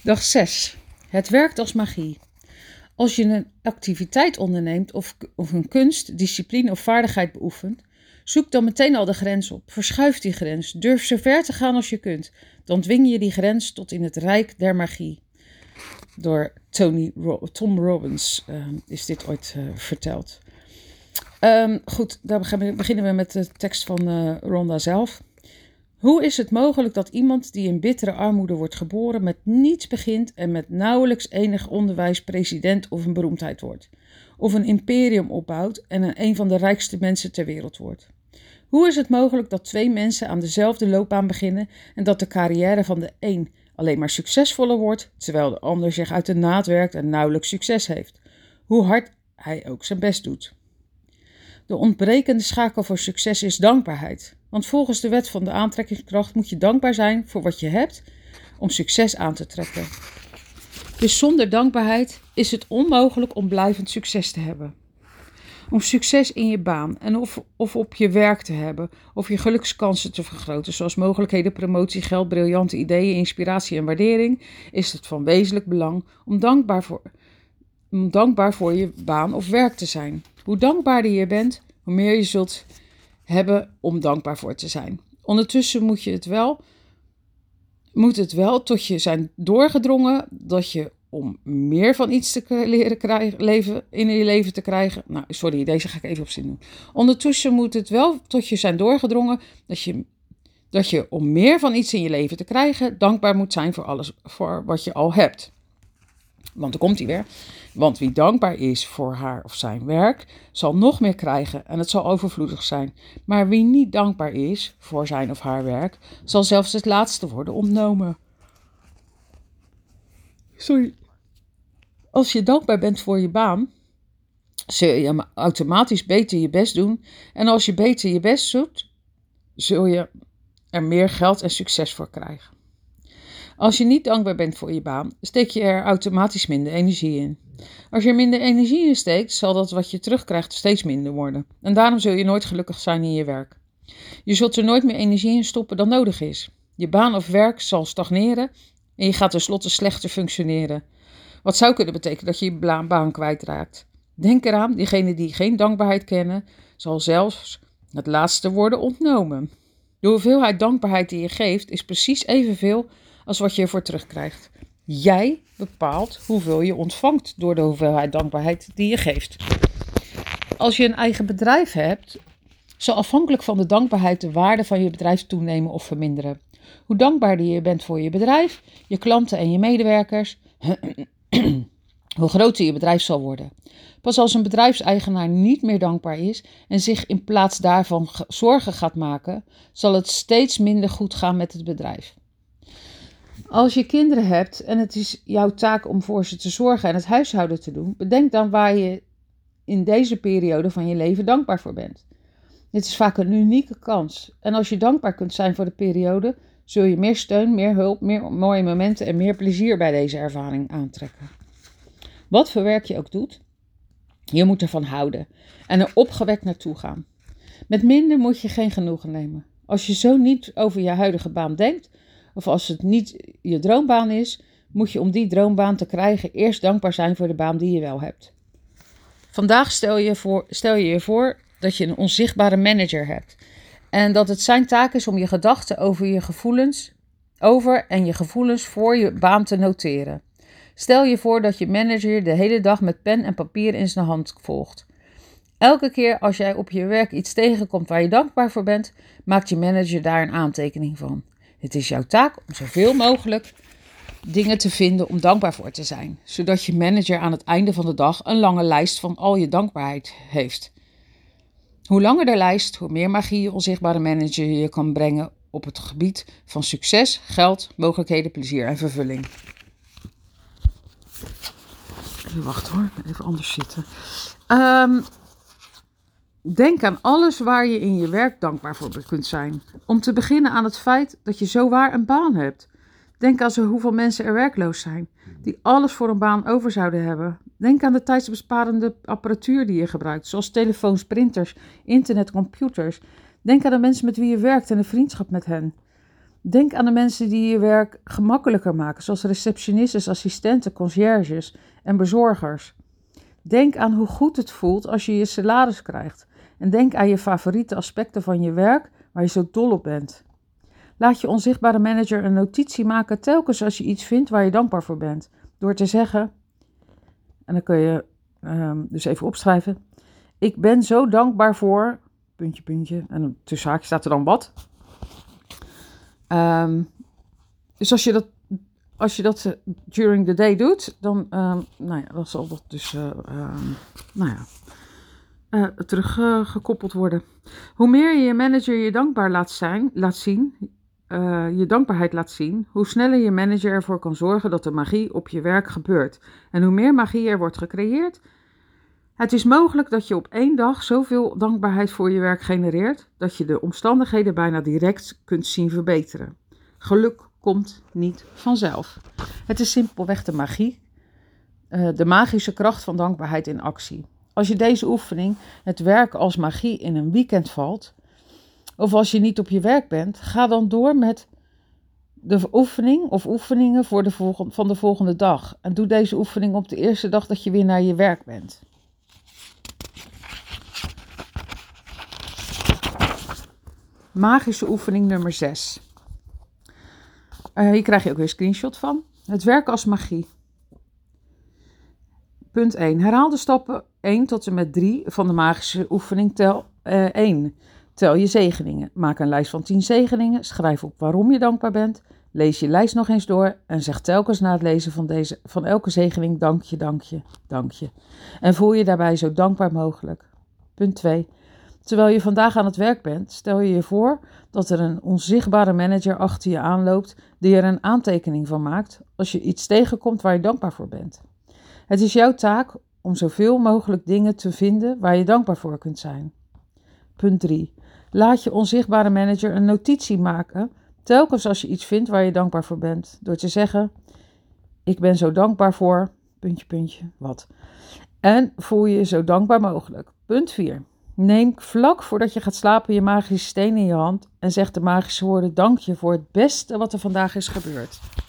Dag 6. Het werkt als magie. Als je een activiteit onderneemt of een kunst, discipline of vaardigheid beoefent, zoek dan meteen al de grens op. Verschuif die grens. Durf zo ver te gaan als je kunt. Dan dwing je die grens tot in het rijk der magie. Door Tom Robbins is dit ooit verteld. Goed, daar beginnen we met de tekst van Rhonda zelf. Hoe is het mogelijk dat iemand die in bittere armoede wordt geboren met niets begint en met nauwelijks enig onderwijs president of een beroemdheid wordt? Of een imperium opbouwt en een van de rijkste mensen ter wereld wordt? Hoe is het mogelijk dat twee mensen aan dezelfde loopbaan beginnen en dat de carrière van de een alleen maar succesvoller wordt, terwijl de ander zich uit de naad werkt en nauwelijks succes heeft, hoe hard hij ook zijn best doet? De ontbrekende schakel voor succes is dankbaarheid. Want volgens de wet van de aantrekkingskracht moet je dankbaar zijn voor wat je hebt om succes aan te trekken. Dus zonder dankbaarheid is het onmogelijk om blijvend succes te hebben. Om succes in je baan en of op je werk te hebben, of je gelukskansen te vergroten, zoals mogelijkheden, promotie, geld, briljante ideeën, inspiratie en waardering, is het van wezenlijk belang om dankbaar voor je baan of werk te zijn. Hoe dankbaarder je bent, hoe meer je zult hebben om dankbaar voor te zijn. Ondertussen moet het wel tot je zijn doorgedrongen dat je om meer van iets te leren krijgen, in je leven te krijgen. Nou, sorry, deze ga ik even op zin doen. Ondertussen moet het wel tot je zijn doorgedrongen dat je om meer van iets in je leven te krijgen dankbaar moet zijn voor wat je al hebt. Want dan komt hij weer. Want wie dankbaar is voor haar of zijn werk, zal nog meer krijgen en het zal overvloedig zijn. Maar wie niet dankbaar is voor zijn of haar werk, zal zelfs het laatste worden ontnomen. Sorry. Als je dankbaar bent voor je baan, zul je automatisch beter je best doen. En als je beter je best doet, zul je er meer geld en succes voor krijgen. Als je niet dankbaar bent voor je baan, steek je er automatisch minder energie in. Als je er minder energie in steekt, zal dat wat je terugkrijgt steeds minder worden. En daarom zul je nooit gelukkig zijn in je werk. Je zult er nooit meer energie in stoppen dan nodig is. Je baan of werk zal stagneren en je gaat tenslotte slechter functioneren. Wat zou kunnen betekenen dat je je baan kwijtraakt. Denk eraan, diegenen die geen dankbaarheid kennen, zal zelfs het laatste worden ontnomen. De hoeveelheid dankbaarheid die je geeft is precies evenveel als wat je ervoor terugkrijgt. Jij bepaalt hoeveel je ontvangt door de hoeveelheid dankbaarheid die je geeft. Als je een eigen bedrijf hebt, zal afhankelijk van de dankbaarheid de waarde van je bedrijf toenemen of verminderen. Hoe dankbaarder je bent voor je bedrijf, je klanten en je medewerkers, hoe groter je bedrijf zal worden. Pas als een bedrijfseigenaar niet meer dankbaar is en zich in plaats daarvan zorgen gaat maken, zal het steeds minder goed gaan met het bedrijf. Als je kinderen hebt en het is jouw taak om voor ze te zorgen en het huishouden te doen, bedenk dan waar je in deze periode van je leven dankbaar voor bent. Dit is vaak een unieke kans. En als je dankbaar kunt zijn voor de periode, zul je meer steun, meer hulp, meer mooie momenten en meer plezier bij deze ervaring aantrekken. Wat voor werk je ook doet, je moet ervan houden en er opgewekt naartoe gaan. Met minder moet je geen genoegen nemen. Als je zo niet over je huidige baan denkt, of als het niet je droombaan is, moet je om die droombaan te krijgen eerst dankbaar zijn voor de baan die je wel hebt. Vandaag stel je je voor dat je een onzichtbare manager hebt. En dat het zijn taak is om je gedachten over je gevoelens voor je baan te noteren. Stel je voor dat je manager de hele dag met pen en papier in zijn hand volgt. Elke keer als jij op je werk iets tegenkomt waar je dankbaar voor bent, maakt je manager daar een aantekening van. Het is jouw taak om zoveel mogelijk dingen te vinden om dankbaar voor te zijn, zodat je manager aan het einde van de dag een lange lijst van al je dankbaarheid heeft. Hoe langer de lijst, hoe meer magie je onzichtbare manager je kan brengen op het gebied van succes, geld, mogelijkheden, plezier en vervulling. Wacht hoor, even anders zitten. Denk aan alles waar je in je werk dankbaar voor kunt zijn. Om te beginnen aan het feit dat je zowaar een baan hebt. Denk aan hoeveel mensen er werkloos zijn, die alles voor een baan over zouden hebben. Denk aan de tijdsbesparende apparatuur die je gebruikt, zoals telefoons, printers, internet, computers. Denk aan de mensen met wie je werkt en de vriendschap met hen. Denk aan de mensen die je werk gemakkelijker maken, zoals receptionistes, assistenten, conciërges en bezorgers. Denk aan hoe goed het voelt als je je salaris krijgt. En denk aan je favoriete aspecten van je werk waar je zo dol op bent. Laat je onzichtbare manager een notitie maken telkens als je iets vindt waar je dankbaar voor bent. Door te zeggen, en dan kun je dus even opschrijven. Ik ben zo dankbaar voor, puntje, puntje, en tussen haakjes staat er dan wat. Dus als je dat during the day doet, dan dan zal dat dus teruggekoppeld worden. Hoe meer je manager je dankbaar je dankbaarheid laat zien, hoe sneller je manager ervoor kan zorgen dat de magie op je werk gebeurt. En hoe meer magie er wordt gecreëerd. Het is mogelijk dat je op 1 dag zoveel dankbaarheid voor je werk genereert, dat je de omstandigheden bijna direct kunt zien verbeteren. Geluk komt niet vanzelf. Het is simpelweg de magie, de magische kracht van dankbaarheid in actie. Als je deze oefening, het werken als magie, in een weekend valt, of als je niet op je werk bent, ga dan door met de oefening of oefeningen van de volgende dag. En doe deze oefening op de eerste dag dat je weer naar je werk bent. Magische oefening nummer 6. Hier krijg je ook weer een screenshot van. Het werken als magie. Punt 1. Herhaal de stappen 1 tot en met 3 van de magische oefening. Tel 1. Tel je zegeningen. Maak een lijst van 10 zegeningen. Schrijf op waarom je dankbaar bent. Lees je lijst nog eens door en zeg telkens na het lezen van elke zegening dank je, dank je, dank je. En voel je daarbij zo dankbaar mogelijk. Punt 2. Terwijl je vandaag aan het werk bent, stel je je voor dat er een onzichtbare manager achter je aanloopt die er een aantekening van maakt als je iets tegenkomt waar je dankbaar voor bent. Het is jouw taak om zoveel mogelijk dingen te vinden waar je dankbaar voor kunt zijn. Punt 3. Laat je onzichtbare manager een notitie maken telkens als je iets vindt waar je dankbaar voor bent. Door te zeggen, ik ben zo dankbaar voor, puntje, puntje, wat. En voel je zo dankbaar mogelijk. Punt 4. Neem vlak voordat je gaat slapen je magische steen in je hand en zeg de magische woorden dank je voor het beste wat er vandaag is gebeurd.